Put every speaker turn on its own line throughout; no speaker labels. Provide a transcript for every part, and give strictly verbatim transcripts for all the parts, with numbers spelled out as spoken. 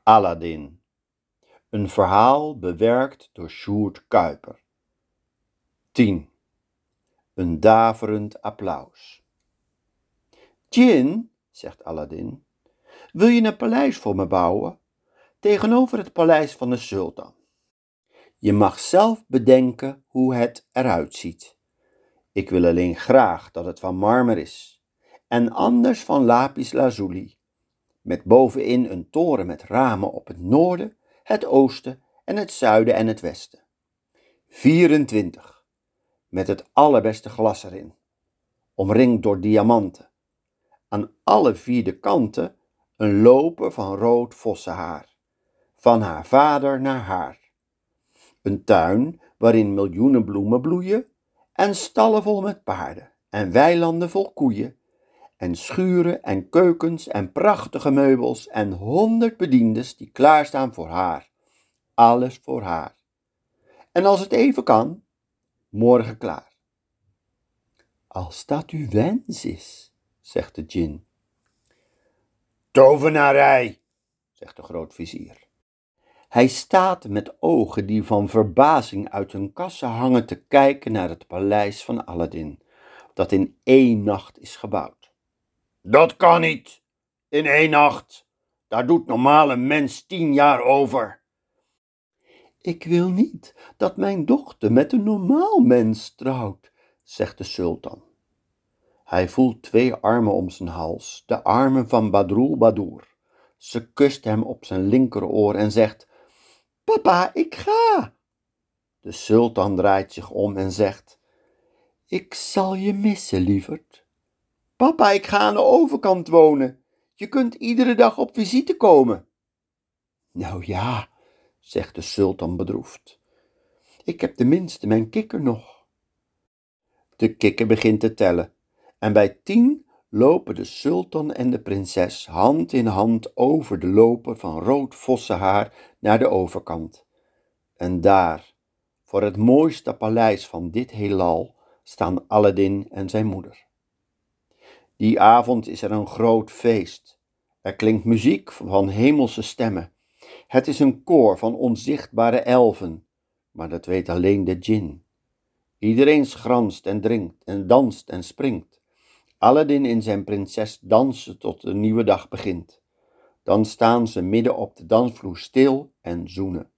Aladdin. Een verhaal bewerkt door Sjoerd Kuiper. tien. Een daverend applaus. Djinn, zegt Aladdin, wil je een paleis voor me bouwen? Tegenover het paleis van de sultan. Je mag zelf bedenken hoe het eruit ziet. Ik wil alleen graag dat het van marmer is, en anders van lapis lazuli, met bovenin een toren met ramen op het noorden, het oosten en het zuiden en het westen. vierentwintig, met het allerbeste glas erin, omringd door diamanten. Aan alle vier de kanten een loper van rood vossenhaar, van haar vader naar haar. Een tuin waarin miljoenen bloemen bloeien, en stallen vol met paarden, en weilanden vol koeien, en schuren en keukens en prachtige meubels, en honderd bediendes die klaarstaan voor haar. Alles voor haar. En als het even kan, morgen klaar. Als dat uw wens is, zegt de djinn. Tovenarij, zegt de grootvizier. Hij staat met ogen die van verbazing uit hun kassen hangen te kijken naar het paleis van Aladdin, dat in één nacht is gebouwd. Dat kan niet, in één nacht. Daar doet normaal een mens tien jaar over. Ik wil niet dat mijn dochter met een normaal mens trouwt, zegt de sultan. Hij voelt twee armen om zijn hals, de armen van Badroul Badoer. Ze kust hem op zijn linkeroor en zegt: Papa, ik ga. De sultan draait zich om en zegt: Ik zal je missen, lieverd. Papa, ik ga aan de overkant wonen. Je kunt iedere dag op visite komen. Nou ja, zegt de sultan bedroefd. Ik heb tenminste mijn kikker nog. De kikker begint te tellen, en bij tien lopen de sultan en de prinses hand in hand over de loper van rood vossenhaar naar de overkant. En daar, voor het mooiste paleis van dit heelal, staan Aladdin en zijn moeder. Die avond is er een groot feest. Er klinkt muziek van hemelse stemmen. Het is een koor van onzichtbare elfen, maar dat weet alleen de djinn. Iedereen schranst en drinkt en danst en springt. Aladdin en zijn prinses dansen tot de nieuwe dag begint. Dan staan ze midden op de dansvloer stil en zoenen.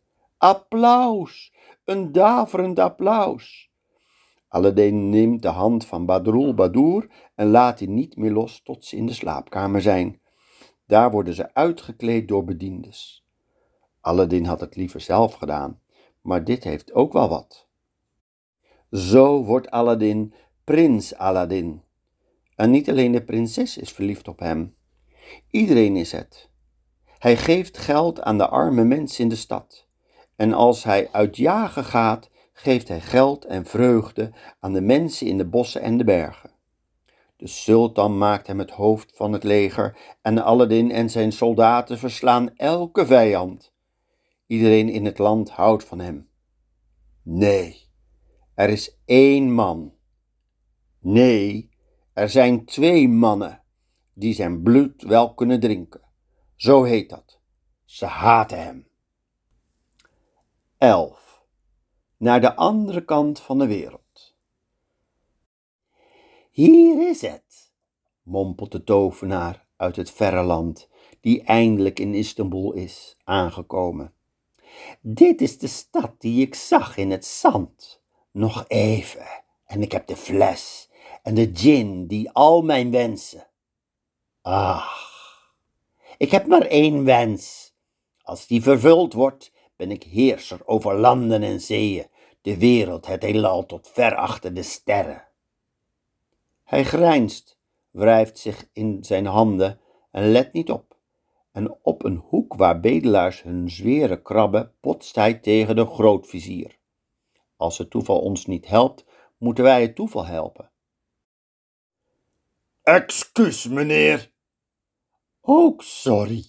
Applaus, een daverend applaus. Aladdin neemt de hand van Badroul Badoer en laat die niet meer los tot ze in de slaapkamer zijn. Daar worden ze uitgekleed door bediendes. Aladdin had het liever zelf gedaan, maar dit heeft ook wel wat. Zo wordt Aladdin prins Aladdin. En niet alleen de prinses is verliefd op hem. Iedereen is het. Hij geeft geld aan de arme mensen in de stad. En als hij uitjagen gaat, geeft hij geld en vreugde aan de mensen in de bossen en de bergen. De sultan maakt hem het hoofd van het leger en Aladdin en zijn soldaten verslaan elke vijand. Iedereen in het land houdt van hem. Nee, er is één man. Nee, er zijn twee mannen die zijn bloed wel kunnen drinken. Zo heet dat. Ze haten hem. elf. Naar de andere kant van de wereld. Hier is het, mompelt de tovenaar uit het verre land, die eindelijk in Istanbul is aangekomen. Dit is de stad die ik zag in het zand. Nog even, en ik heb de fles en de djinn die al mijn wensen. Ach, ik heb maar één wens. Als die vervuld wordt, ben ik heerser over landen en zeeën, de wereld, het heelal tot ver achter de sterren. Hij grijnst, wrijft zich in zijn handen en let niet op. En op een hoek waar bedelaars hun zweren krabben, botst hij tegen de grootvizier. Als het toeval ons niet helpt, moeten wij het toeval helpen. Excuus, meneer. Ook sorry.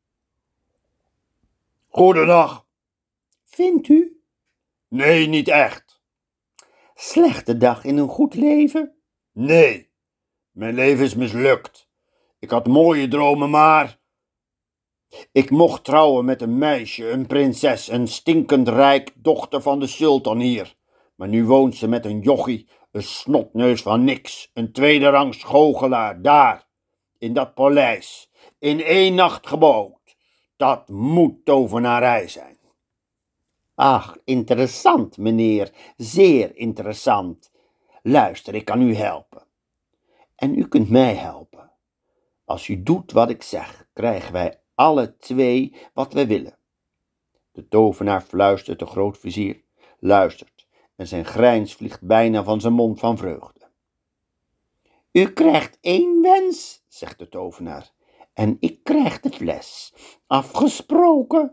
Goedendag. Vindt u? Nee, niet echt. Slechte dag in een goed leven? Nee, mijn leven is mislukt. Ik had mooie dromen, maar Ik mocht trouwen met een meisje, een prinses, een stinkend rijk, dochter van de sultan hier. Maar nu woont ze met een jochie, een snotneus van niks, een tweederangs goochelaar, daar, in dat paleis, in één nacht gebouwd. Dat moet tovenarij zijn. Ach, interessant, meneer, zeer interessant. Luister, ik kan u helpen. En u kunt mij helpen. Als u doet wat ik zeg, krijgen wij alle twee wat wij willen. De tovenaar fluistert de grootvizier, luistert, en zijn grijns vliegt bijna van zijn mond van vreugde. U krijgt één wens, zegt de tovenaar, en ik krijg de fles. Afgesproken.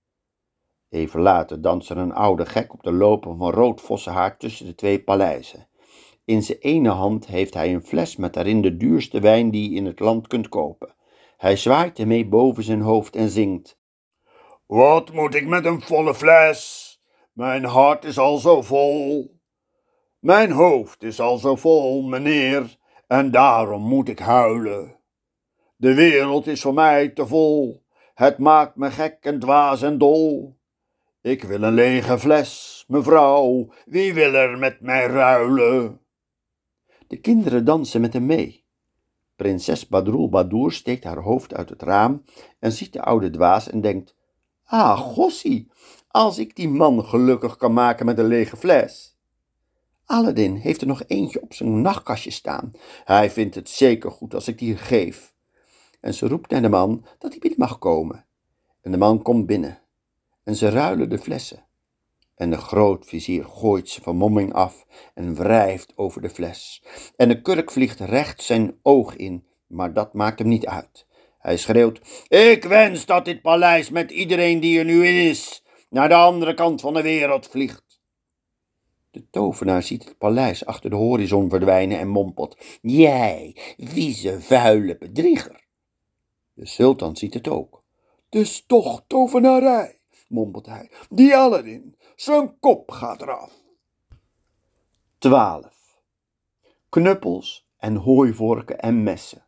Even later danst er een oude gek op de lopen van rood vossenhaar tussen de twee paleizen. In zijn ene hand heeft hij een fles met daarin de duurste wijn die je in het land kunt kopen. Hij zwaait ermee boven zijn hoofd en zingt. Wat moet ik met een volle fles? Mijn hart is al zo vol. Mijn hoofd is al zo vol, meneer, en daarom moet ik huilen. De wereld is voor mij te vol. Het maakt me gek en dwaas en dol. Ik wil een lege fles, mevrouw, wie wil er met mij ruilen? De kinderen dansen met hem mee. Prinses Badroulbadour steekt haar hoofd uit het raam en ziet de oude dwaas en denkt, ah, gossie, als ik die man gelukkig kan maken met een lege fles. Aladdin heeft er nog eentje op zijn nachtkastje staan. Hij vindt het zeker goed als ik die geef. En ze roept naar de man dat hij binnen mag komen. En de man komt binnen. En ze ruilen de flessen. En de grootvizier gooit zijn vermomming af en wrijft over de fles. En de kurk vliegt recht zijn oog in, maar dat maakt hem niet uit. Hij schreeuwt, ik wens dat dit paleis met iedereen die er nu in is, naar de andere kant van de wereld vliegt. De tovenaar ziet het paleis achter de horizon verdwijnen en mompelt, jij, vieze vuile bedrieger. De sultan ziet het ook. Dus toch tovenarij, mompelt hij, die Aladdin, zijn kop gaat eraf. twaalf. Knuppels en hooivorken en messen.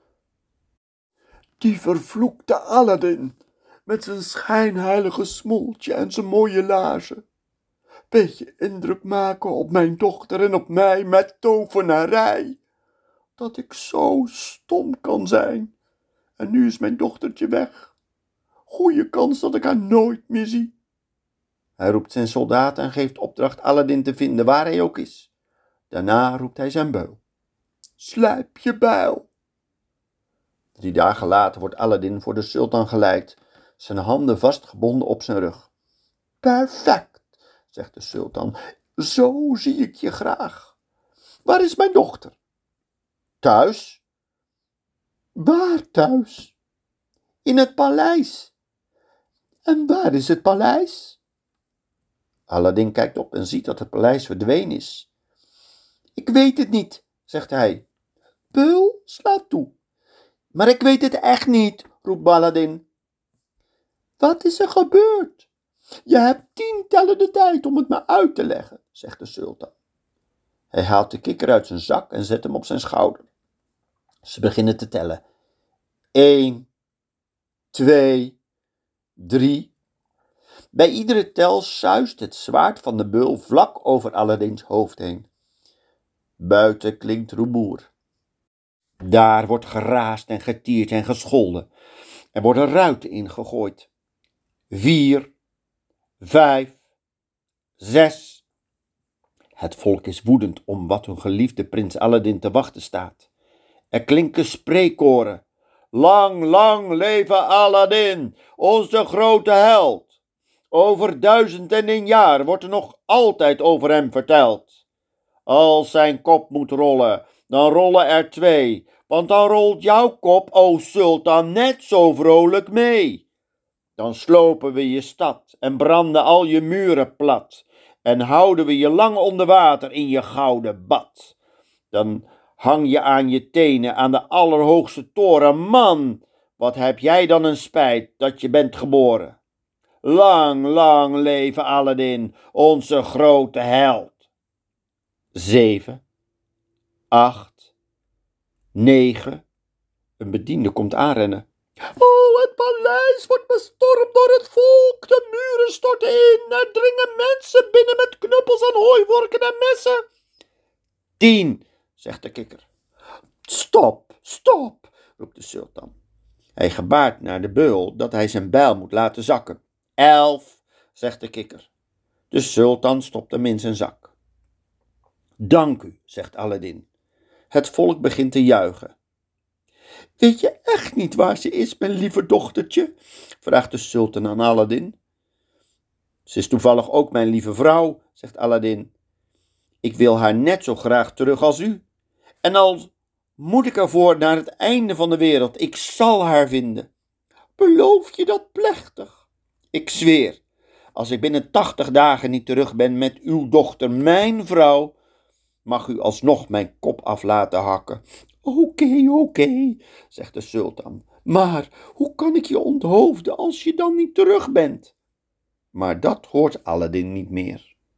Die vervloekte Aladdin, met zijn schijnheilige smoeltje en zijn mooie laarzen. Beetje indruk maken op mijn dochter en op mij met tovenarij. Dat ik zo stom kan zijn. En nu is mijn dochtertje weg. Goeie kans dat ik haar nooit meer zie. Hij roept zijn soldaten en geeft opdracht Aladdin te vinden waar hij ook is. Daarna roept hij zijn beul. Slijp je bijl. Drie dagen later wordt Aladdin voor de sultan geleid, zijn handen vastgebonden op zijn rug. Perfect, zegt de sultan, zo zie ik je graag. Waar is mijn dochter? Thuis. Waar thuis? In het paleis. En waar is het paleis? Aladdin kijkt op en ziet dat het paleis verdwenen is. Ik weet het niet, zegt hij. Beul, sla toe. Maar ik weet het echt niet, roept Aladdin. Wat is er gebeurd? Je hebt tien tellen de tijd om het me uit te leggen, zegt de sultan. Hij haalt de kikker uit zijn zak en zet hem op zijn schouder. Ze beginnen te tellen. Eén, twee, drie. Bij iedere tel suist het zwaard van de beul vlak over Aladdins hoofd heen. Buiten klinkt rumoer. Daar wordt geraasd en getierd en gescholden. Er worden ruiten ingegooid. Vier, vijf, zes. Het volk is woedend om wat hun geliefde prins Aladdin te wachten staat. Er klinken spreekkoren. Lang, lang leven Aladdin, onze grote held. Over duizend en een jaar wordt er nog altijd over hem verteld. Als zijn kop moet rollen, dan rollen er twee, want dan rolt jouw kop, o sultan, net zo vrolijk mee. Dan slopen we je stad en branden al je muren plat en houden we je lang onder water in je gouden bad. Dan hang je aan je tenen aan de allerhoogste toren. Man, wat heb jij dan een spijt dat je bent geboren. Lang, lang leven Aladdin, onze grote held. Zeven, acht, negen. Een bediende komt aanrennen. Oh, het paleis wordt bestormd door het volk. De muren storten in. Er dringen mensen binnen met knuppels en hooivorken en messen. Tien, zegt de kikker. Stop, stop, roept de sultan. Hij gebaart naar de beul dat hij zijn bijl moet laten zakken. Elf, zegt de kikker. De sultan stopt hem in zijn zak. Dank u, zegt Aladdin. Het volk begint te juichen. Weet je echt niet waar ze is, mijn lieve dochtertje? Vraagt de sultan aan Aladdin. Ze is toevallig ook mijn lieve vrouw, zegt Aladdin. Ik wil haar net zo graag terug als u. En al moet ik ervoor naar het einde van de wereld, ik zal haar vinden. Beloof je dat plechtig? Ik zweer, als ik binnen tachtig dagen niet terug ben met uw dochter, mijn vrouw, mag u alsnog mijn kop af laten hakken. Oké, okay, oké, okay, zegt de sultan. Maar hoe kan ik je onthoofden als je dan niet terug bent? Maar dat hoort Aladdin niet meer.